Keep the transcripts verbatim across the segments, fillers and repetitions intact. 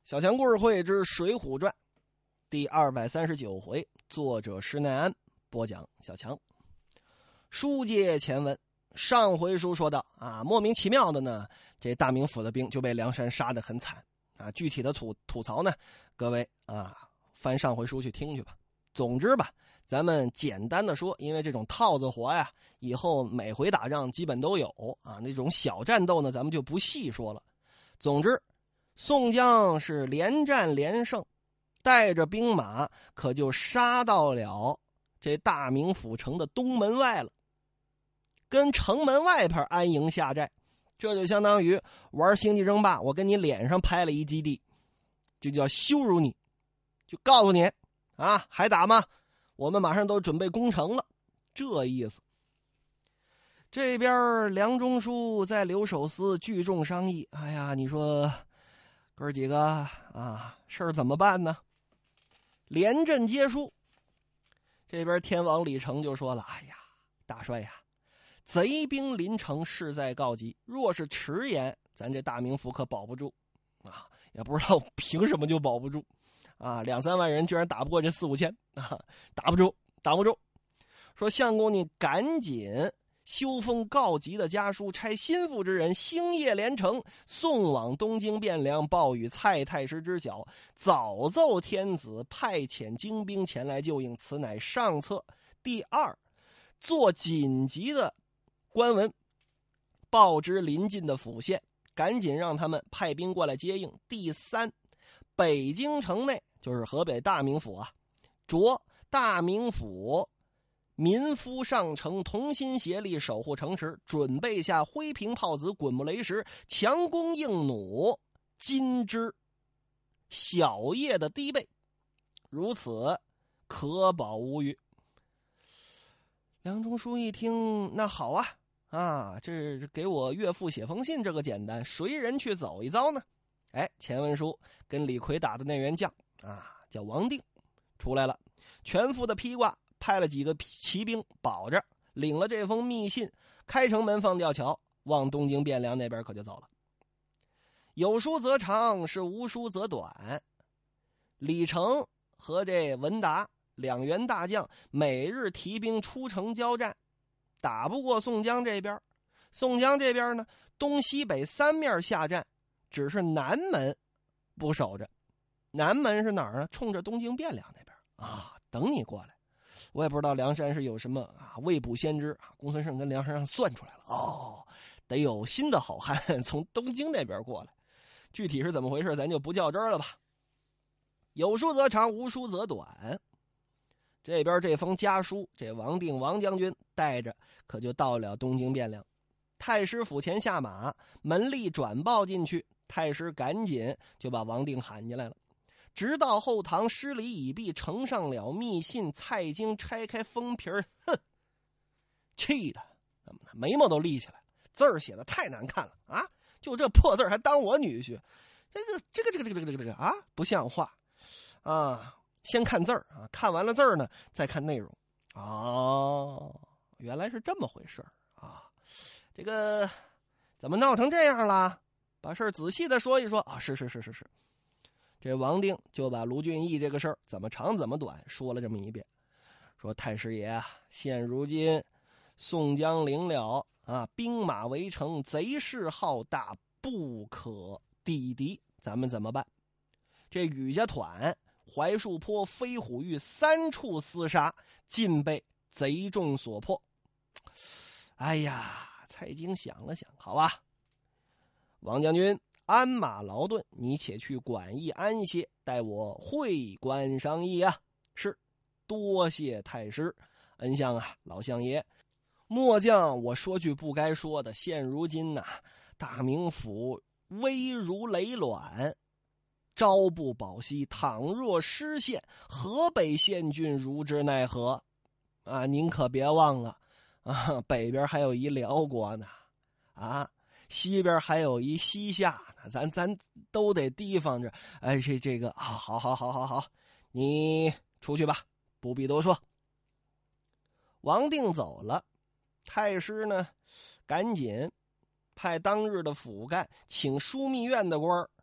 小强故事会之《水浒传》第二百三十九回，作者施耐庵，播讲小强。书接前文，上回书说到啊，莫名其妙的呢，这大名府的兵就被梁山杀得很惨啊。具体的吐吐槽呢，各位啊，翻上回书去听去吧。总之吧，咱们简单的说，因为这种套子活呀，以后每回打仗基本都有啊，那种小战斗呢，咱们就不细说了。总之，宋江是连战连胜，带着兵马可就杀到了这大名府城的东门外了，跟城门外边安营下寨。这就相当于玩星际争霸，我跟你脸上拍了一基地，就叫羞辱你，就告诉你啊，还打吗？我们马上都准备攻城了，这意思。这边梁中书在留守司聚众商议，哎呀，你说哥几个啊，事儿怎么办呢？连阵接书，这边天王李成就说了，哎呀，大帅呀，贼兵临城，势在告急，若是迟延，咱这大名府可保不住啊！也不知道凭什么就保不住啊！两三万人居然打不过这四五千啊，打不住，打不住。说相公，你赶紧修封告急的家书，差心腹之人星夜连城，送往东京汴梁，报与蔡太师知晓，早奏天子派遣精兵前来救应，此乃上策。第二，做紧急的官文，报知临近的府县，赶紧让他们派兵过来接应。第三，北京城内就是河北大名府啊，着大名府民夫上城，同心协力守护城池，准备下灰瓶炮子、滚木雷石、强弓硬弩、金枝小叶的低备，如此可保无虞。梁中书一听，那好啊，啊，这给我岳父写封信，这个简单，谁人去走一遭呢？哎，前文书跟李逵打的那员将啊，叫王定，出来了，全副的披挂，派了几个骑兵保着，领了这封密信，开城门放吊桥，往东京汴梁那边可就走了。有书则长，是无书则短。李成和这文达两员大将每日提兵出城交战，打不过宋江这边。宋江这边呢，东西北三面下战，只是南门不守着。南门是哪儿呢？冲着东京汴梁那边啊，等你过来。我也不知道梁山是有什么啊未卜先知啊，公孙胜跟梁山上算出来了哦，得有新的好汉从东京那边过来。具体是怎么回事，咱就不较真了吧。有书则长，无书则短。这边这封家书，这王定王将军带着可就到了东京汴梁。太师府前下马，门吏转报进去，太师赶紧就把王定喊进来了。直到后堂施礼已毕，呈上了密信，蔡京拆开封皮儿，哼，气的眉毛都立起来，字儿写的太难看了啊！就这破字还当我女婿，这个这个这个这个这个这个啊，不像话啊！先看字儿啊，看完了字儿呢，再看内容。哦，原来是这么回事啊！这个怎么闹成这样了？把事儿仔细的说一说啊！是是是是是。这王定就把卢俊义这个事儿怎么长怎么短说了这么一遍，说太师爷啊，现如今宋江领了啊，兵马围城，贼势浩大，不可抵敌，咱们怎么办？这雨家团、槐树坡、飞虎峪三处厮杀，尽被贼众所破。哎呀，蔡京想了想，好吧，王将军鞍马劳顿，你且去馆驿安歇，待我会官商议啊。是，多谢太师恩相啊，老相爷。末将我说句不该说的，现如今呐、啊，大名府危如累卵，朝不保夕，倘若失陷，河北县郡如之奈何？啊，您可别忘了啊，北边还有一辽国呢，啊。西边还有一西夏，咱咱都得提防着。哎，这这个啊，好好好好好，你出去吧，不必多说。王定走了，太师呢，赶紧派当日的府干请枢密院的官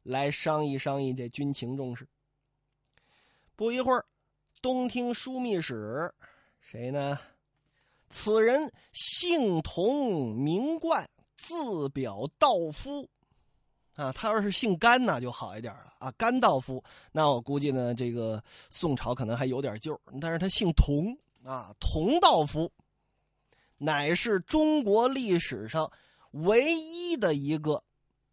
来商议商议这军情重事。不一会儿，东厅枢密使谁呢？此人姓童名冠，字表道夫啊。他要是姓甘那就好一点了啊，甘道夫。那我估计呢，这个宋朝可能还有点救。但是他姓童啊，童道夫乃是中国历史上唯一的一个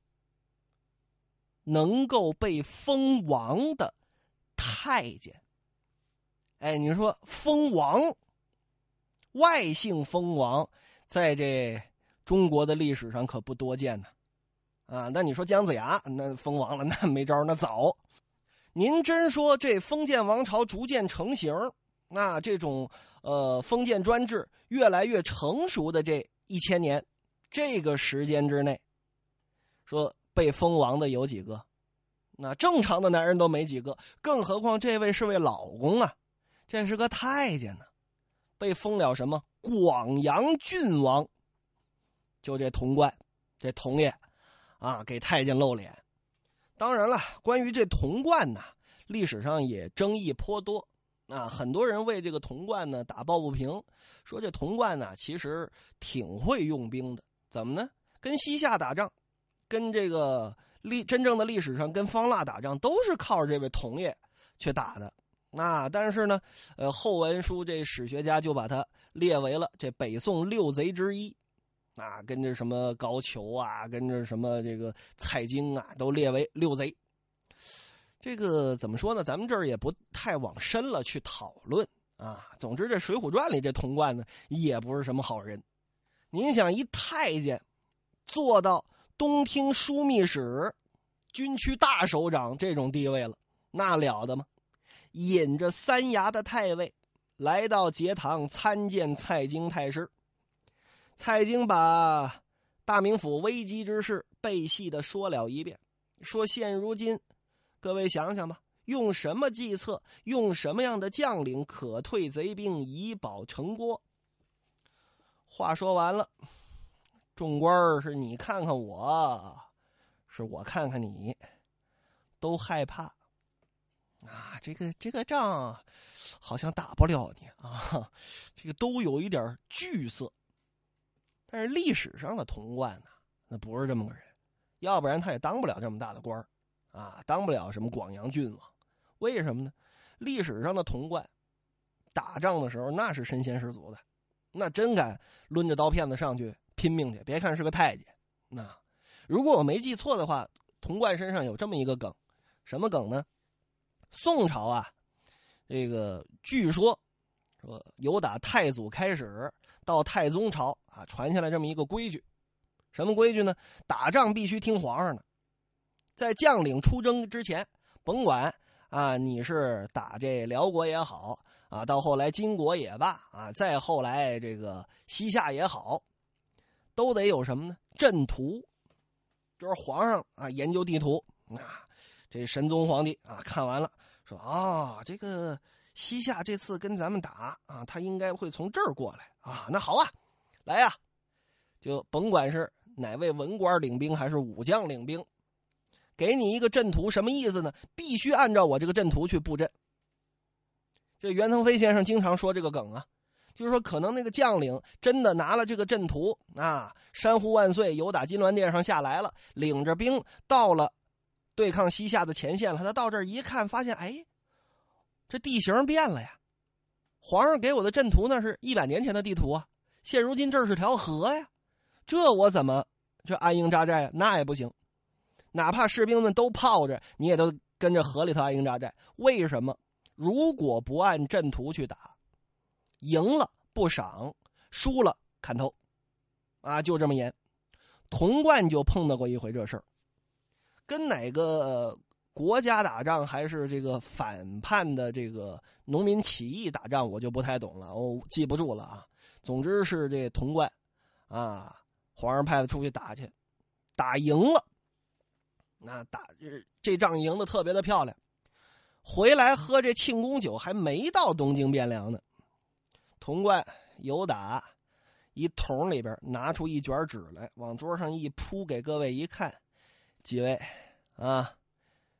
能够被封王的太监。哎，你说封王，外姓封王，在这中国的历史上可不多见呢。啊，那你说姜子牙那封王了，那没招，那早。您真说这封建王朝逐渐成型，那这种呃封建专制越来越成熟的这一千年，这个时间之内，说被封王的有几个？那正常的男人都没几个，更何况这位是位老公啊，这是个太监呢，被封了什么广阳郡王。就这童贯，这童爷啊，给太监露脸。当然了，关于这童贯呢，历史上也争议颇多啊，很多人为这个童贯呢打抱不平，说这童贯呢其实挺会用兵的。怎么呢？跟西夏打仗，跟这个历真正的历史上跟方腊打仗，都是靠着这位童爷去打的。那但是呢，呃，后文书这史学家就把他列为了这北宋六贼之一。啊，跟着什么高俅啊，跟着什么这个蔡京啊，都列为六贼。这个怎么说呢？咱们这儿也不太往深了去讨论啊。总之，这《水浒传》里这童贯呢，也不是什么好人。您想，一太监做到东厅枢密使、军区大首长这种地位了，那了得吗？引着三衙的太尉来到节堂参见蔡京太师。蔡京把大名府危机之事背细的说了一遍，说现如今各位想想吧，用什么计策，用什么样的将领可退贼兵，以保成国。话说完了，众官是你看看我，是我看看你，都害怕啊，这个这个仗好像打不了你啊，这个都有一点惧色。但是历史上的童贯呢，那不是这么个人，要不然他也当不了这么大的官啊，当不了什么广阳郡王。为什么呢？历史上的童贯打仗的时候那是身先士卒的，那真敢抡着刀片子上去拼命去。别看是个太监，那如果我没记错的话，童贯身上有这么一个梗，什么梗呢？宋朝啊，这个据说说由打太祖开始到太宗朝啊，传下来这么一个规矩。什么规矩呢？打仗必须听皇上的。在将领出征之前，甭管啊你是打这辽国也好啊，到后来金国也罢啊，再后来这个西夏也好，都得有什么呢？阵图。就是皇上啊研究地图啊，这神宗皇帝啊看完了说啊，这个西夏这次跟咱们打啊，他应该会从这儿过来啊。那好啊，来呀，就甭管是哪位文官领兵还是武将领兵，给你一个阵图，什么意思呢？必须按照我这个阵图去布阵。这袁腾飞先生经常说这个梗啊，就是说可能那个将领真的拿了这个阵图啊，山呼万岁，由打金銮殿上下来了，领着兵到了对抗西夏的前线了。他到这儿一看，发现哎，这地形变了呀！皇上给我的阵图那是一百年前的地图啊，现如今这是条河呀，这我怎么这安营扎寨？那也不行，哪怕士兵们都泡着，你也都跟着河里头安营扎寨。为什么？如果不按阵图去打，赢了不赏，输了砍头啊，就这么严。童贯就碰到过一回这事儿，跟哪个、呃、国家打仗还是这个反叛的这个农民起义打仗，我就不太懂了，我记不住了啊。总之是这童贯啊，皇上派他出去打去，打赢了，那打这仗赢得特别的漂亮，回来喝这庆功酒，还没到东京汴梁呢。童贯由打一桶里边拿出一卷纸来，往桌上一铺，给各位一看，几位啊，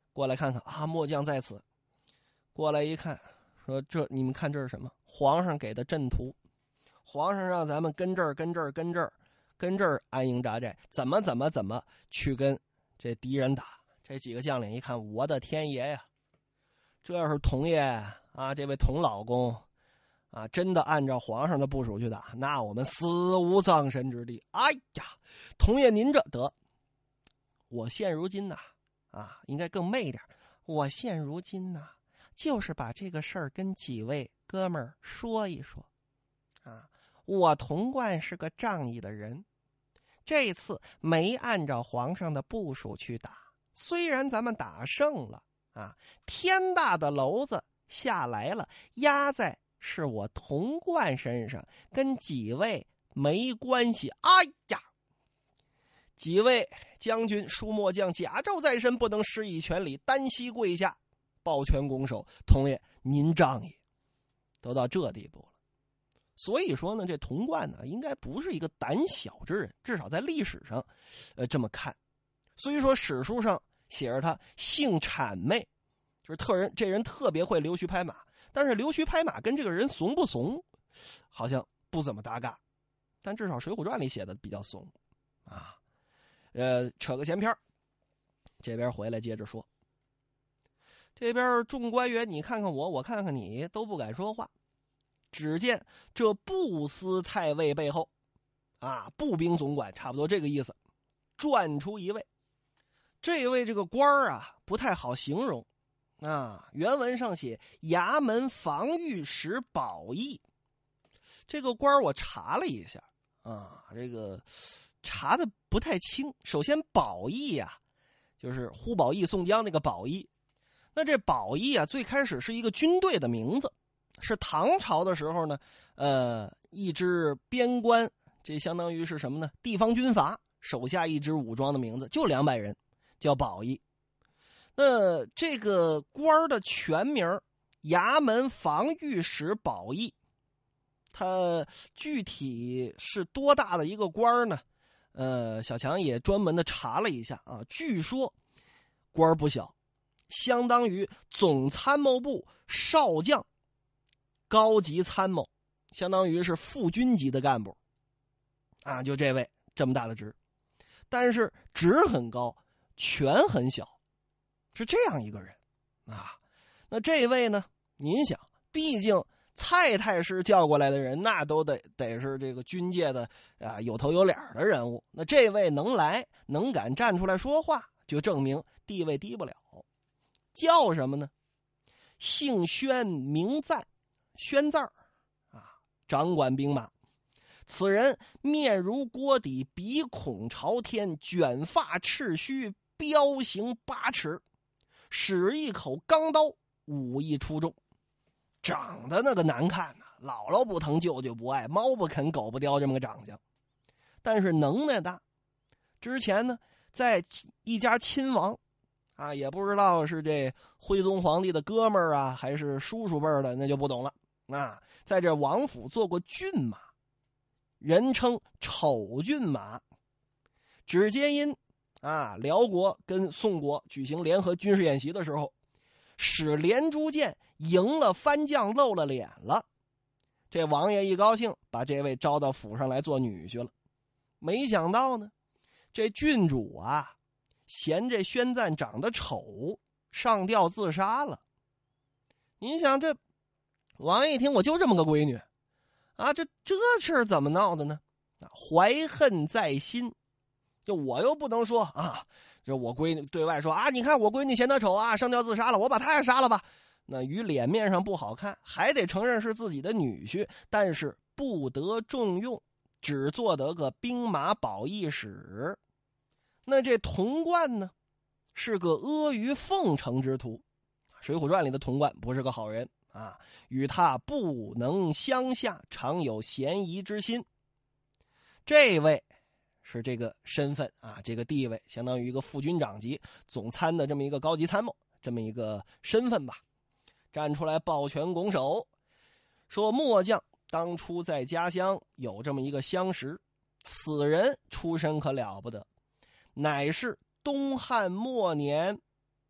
过来看看啊，末将在此。过来一看，说这你们看这是什么？皇上给的阵图，皇上让咱们跟这儿跟这儿跟这儿跟这儿安营扎寨，怎么怎么怎么去跟这敌人打。这几个将领一看，我的天爷呀，这要是童爷啊，这位童老公啊，真的按照皇上的部署去打，那我们死无葬身之地。哎呀，童爷您这得，我现如今呐啊，应该更媚一点，我现如今呐就是把这个事儿跟几位哥们儿说一说啊。我童贯是个仗义的人，这次没按照皇上的部署去打，虽然咱们打胜了啊，天大的娄子下来了，压在是我童贯身上，跟几位没关系。哎呀，几位将军书末将甲胄在身，不能施以全礼，单膝跪下，抱拳拱手，童爷您仗义。都到这地步了，所以说呢，这童贯呢，应该不是一个胆小之人，至少在历史上，呃，这么看。所以说史书上写着他性谄媚，就是特人这人特别会溜须拍马，但是溜须拍马跟这个人怂不怂，好像不怎么搭嘎。但至少《水浒传》里写的比较怂啊。呃，扯个闲篇，这边回来接着说。这边众官员你看看我，我看看你，都不敢说话。只见这步司太尉背后啊，步兵总管差不多这个意思，转出一位。这位这个官儿啊不太好形容啊，原文上写衙门防御使保义。这个官儿我查了一下啊，这个查的不太清。首先保义啊，就是呼保义宋江那个保义。那这保义啊，最开始是一个军队的名字，是唐朝的时候呢，呃，一支边关，这相当于是什么呢？地方军阀手下一支武装的名字，就两百人，叫保义。那这个官的全名衙门防御使保义，他具体是多大的一个官呢？呃，小强也专门的查了一下啊，据说官不小，相当于总参谋部少将高级参谋，相当于是副军级的干部啊，就这位这么大的职，但是职很高，权很小，是这样一个人啊。那这位呢，您想，毕竟蔡太师叫过来的人，那都得得是这个军界的啊有头有脸的人物。那这位能来能敢站出来说话，就证明地位低不了。叫什么呢？姓宣名赞，宣字儿啊，掌管兵马。此人面如锅底，鼻孔朝天，卷发赤须，彪形八尺，使一口钢刀，武艺出众。长得那个难看呐、啊，姥姥不疼，舅舅不爱，猫不啃，狗不叼，这么个长相。但是能耐大。之前呢，在一家亲王啊，也不知道是这徽宗皇帝的哥们儿啊，还是叔叔辈儿的，那就不懂了。啊，在这王府做过骏马，人称丑骏马。只皆因啊，辽国跟宋国举行联合军事演习的时候，使连珠箭赢了番将，露了脸了。这王爷一高兴，把这位招到府上来做女婿了。没想到呢，这郡主啊，嫌这宣赞长得丑，上吊自杀了。您想，这王爷一听，我就这么个闺女啊，这这事儿怎么闹的呢？啊，怀恨在心，就我又不能说啊，这我闺女对外说啊，你看我闺女嫌他丑啊，上吊自杀了，我把他也杀了吧。那于脸面上不好看，还得承认是自己的女婿，但是不得重用，只做得个兵马保义使。那这童贯呢，是个阿谀奉承之徒，《水浒传》里的童贯不是个好人啊，与他不能相下，常有嫌疑之心。这位是这个身份啊，这个地位相当于一个副军长级总参的这么一个高级参谋，这么一个身份吧，站出来抱拳拱手，说末将当初在家乡有这么一个相识，此人出身可了不得，乃是东汉末年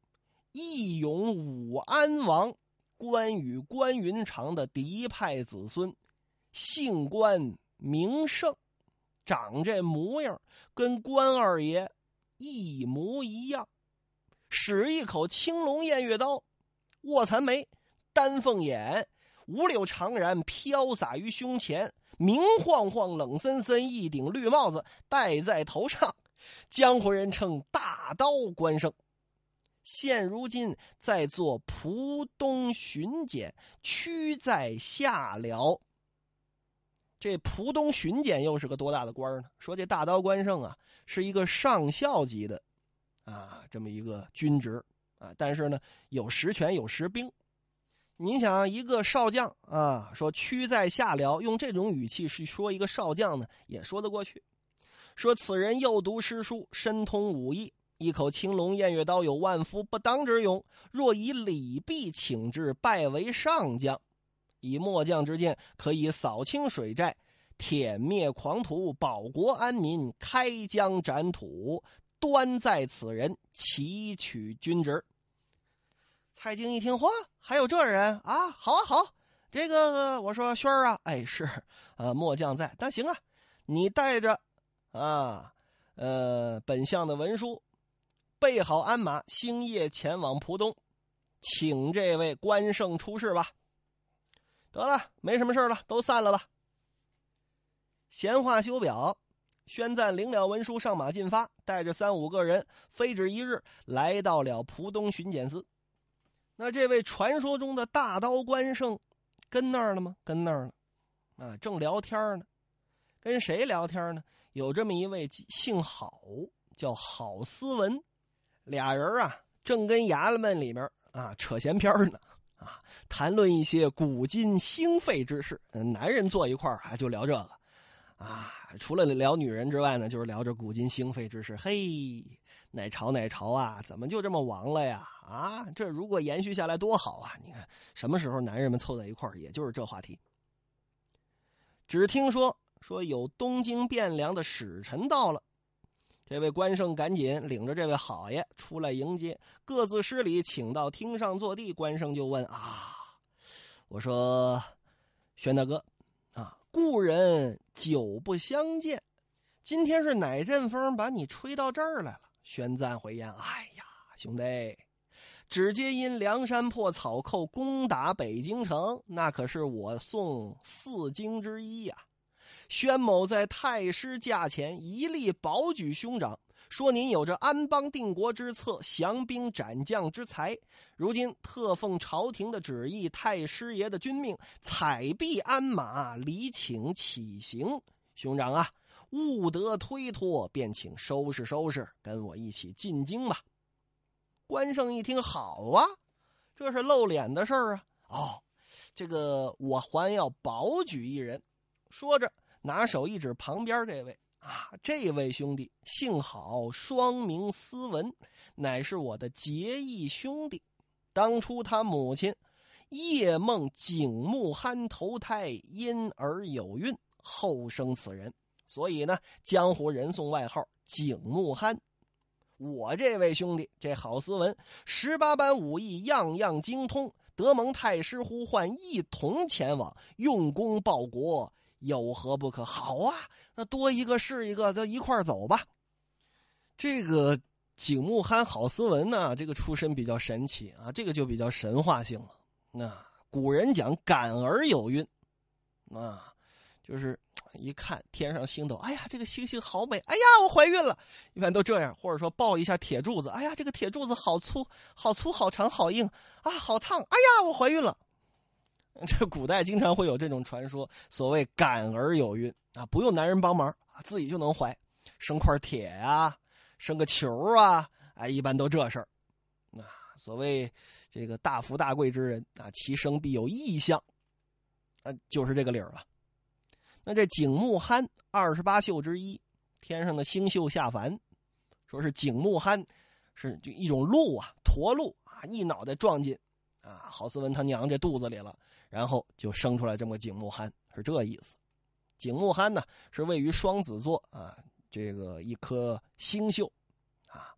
义勇武安王关羽关云长的嫡派子孙，姓关名胜，长这模样跟关二爷一模一样，使一口青龙偃月刀，卧蚕眉，丹凤眼，五柳长髯飘洒于胸前，明晃晃冷森森一顶绿帽子戴在头上，江湖人称大刀关胜。现如今在做蒲东巡检，屈在下辽。这蒲东巡检又是个多大的官呢？说这大刀关胜啊，是一个上校级的啊，这么一个军职啊，但是呢，有实权有实兵。您想一个少将啊，说屈在下辽，用这种语气是说一个少将呢，也说得过去。说此人又读诗书，深通武艺，一口青龙偃月刀有万夫不当之勇，若以礼毕请之，拜为上将。以末将之见，可以扫清水寨，殄灭狂徒，保国安民，开疆展土，端在此人，祈取军职。蔡京一听，嚯，还有这人啊？好啊好，这个我说轩儿啊，哎是啊，末将在，但行啊，你带着啊呃本相的文书，备好鞍马，星夜前往蒲东，请这位关胜出仕吧。得了，没什么事了，都散了吧。闲话休表，宣赞领了文书，上马进发，带着三五个人，飞指一日来到了蒲东巡检司。那这位传说中的大刀关胜跟那儿了吗？跟那儿了啊，正聊天呢。跟谁聊天呢？有这么一位姓郝，叫郝思文，俩人啊正跟衙门里面啊扯闲篇呢，啊谈论一些古今兴废之事。男人坐一块儿啊就聊这个啊，除了聊女人之外呢，就是聊着古今兴废之事。嘿，哪朝哪朝啊，怎么就这么亡了呀？啊，这如果延续下来多好啊！你看什么时候男人们凑在一块儿，也就是这话题。只听说说有东京汴梁的使臣到了，这位关胜赶紧领着这位好爷出来迎接，各自施礼，请到厅上坐地。关胜就问啊，我说宣大哥啊，故人久不相见，今天是哪阵风把你吹到这儿来了？宣赞回言，哎呀兄弟，只皆因梁山泊草寇攻打北京城，那可是我宋四京之一呀、啊。宣某在太师驾前一力保举兄长，说您有着安邦定国之策，降兵斩将之才，如今特奉朝廷的旨意，太师爷的军命，采璧鞍马，礼请起行。兄长啊，勿得推脱，便请收拾收拾，跟我一起进京吧。关胜一听，好啊，这是露脸的事儿啊。哦，这个我还要保举一人。说着拿手一指旁边这位啊，这位兄弟姓郝，双名思文，乃是我的结义兄弟。当初他母亲夜梦景木憨投胎，因而有孕，后生此人，所以呢，江湖人送外号景木憨。我这位兄弟这郝思文，十八般武艺样样精通，得蒙太师呼唤，一同前往，用功报国，有何不可？好啊，那多一个是一个，就一块走吧。这个景木憨郝思文呢，这个出身比较神奇啊，这个就比较神话性了。那古人讲感而有孕啊，就是一看天上星斗，哎呀这个星星好美，哎呀我怀孕了，一般都这样。或者说抱一下铁柱子，哎呀这个铁柱子好粗好粗好长好硬啊，好烫，哎呀我怀孕了。这古代经常会有这种传说，所谓感而有孕啊，不用男人帮忙啊，自己就能怀，生块铁啊，生个球啊，哎，一般都这事儿。啊，所谓这个大富大贵之人啊，其生必有异象，啊，就是这个理儿了。那这景木憨二十八宿之一，天上的星宿下凡，说是景木憨是就一种鹿啊，驼鹿啊，一脑袋撞进啊郝思文他娘这肚子里了，然后就生出来这么个景木憨，是这意思。景木憨呢是位于双子座啊，这个一颗星宿啊，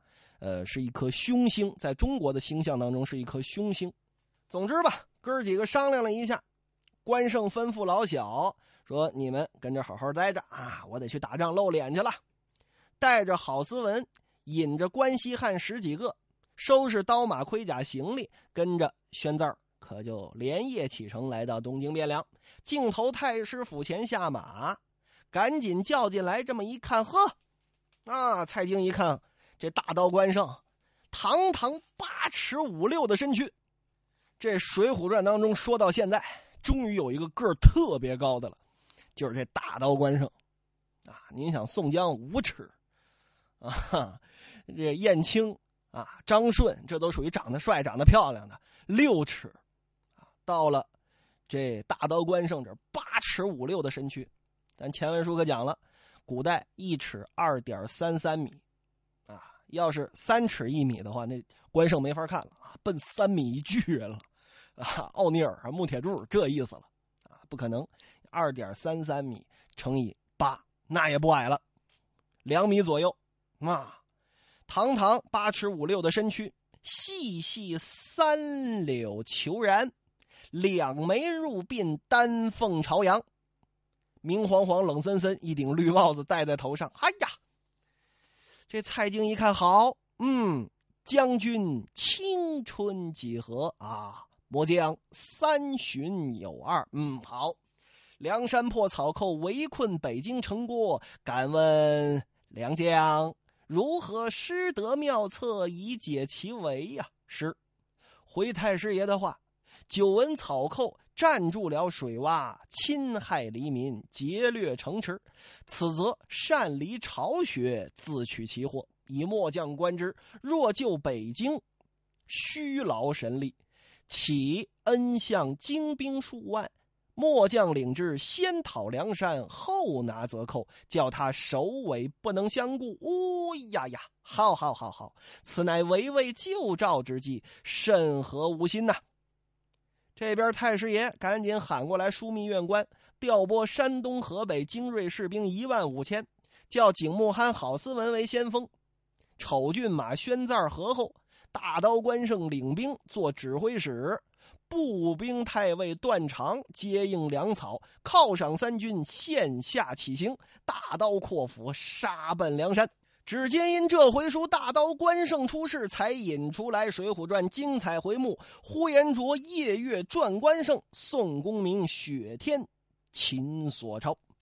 呃，是一颗凶星，在中国的星象当中是一颗凶星。总之吧，哥儿几个商量了一下，关胜吩咐老小说：“你们跟着好好待着啊，我得去打仗露脸去了。”带着郝思文，引着关西汉十几个，收拾刀马盔甲行李，跟着宣字儿可就连夜启程来到东京汴梁，径投太师府前下马，赶紧叫进来。这么一看，呵，啊，蔡京一看这大刀关胜，堂堂八尺五六的身躯。这《水浒传》当中说到现在，终于有一个个儿特别高的了，就是这大刀关胜啊！您想，宋江五尺啊，这燕青啊、张顺，这都属于长得帅、长得漂亮的，六尺啊。到了这大刀关胜这八尺五六的身躯，咱前文书可讲了，古代一尺二点三三米啊，要是三尺一米的话，那关胜没法看了啊，奔三米一巨人了。啊，奥尼尔啊，穆铁柱这意思了啊，不可能，二点三三米乘以八，那也不矮了，两米左右啊。堂堂八尺五六的身躯，细细三绺虬髯，两眉入鬓，丹凤朝阳，明晃晃冷森森，一顶绿帽子戴在头上。哎呀，这蔡京一看，好，嗯，将军青春几何啊？末将三旬有二。嗯，好。梁山泊草寇围困北京城郭，敢问梁将如何施得妙策以解其围呀？是。回太师爷的话，久闻草寇占住了水洼，侵害黎民，劫掠城池，此则擅离巢穴，自取其祸。以末将观之，若救北京，虚劳神力，岂恩相精兵数万，末将领之，先讨梁山，后拿贼寇，叫他首尾不能相顾。哦呀呀，好好好好，此乃围魏救赵之计，甚合吾心呐！这边太师爷赶紧喊过来枢密院官，调拨山东河北精锐士兵一万五千，叫景木憨、郝思文为先锋，丑骏马宣赞合后，大刀关胜领兵做指挥使，步兵太尉段长接应粮草，犒赏三军，线下起行，大刀阔斧，杀奔梁山。只见因这回书大刀关胜出世，才引出来《水浒传》精彩回目：呼延灼夜月传关胜，宋公明雪天擒索超。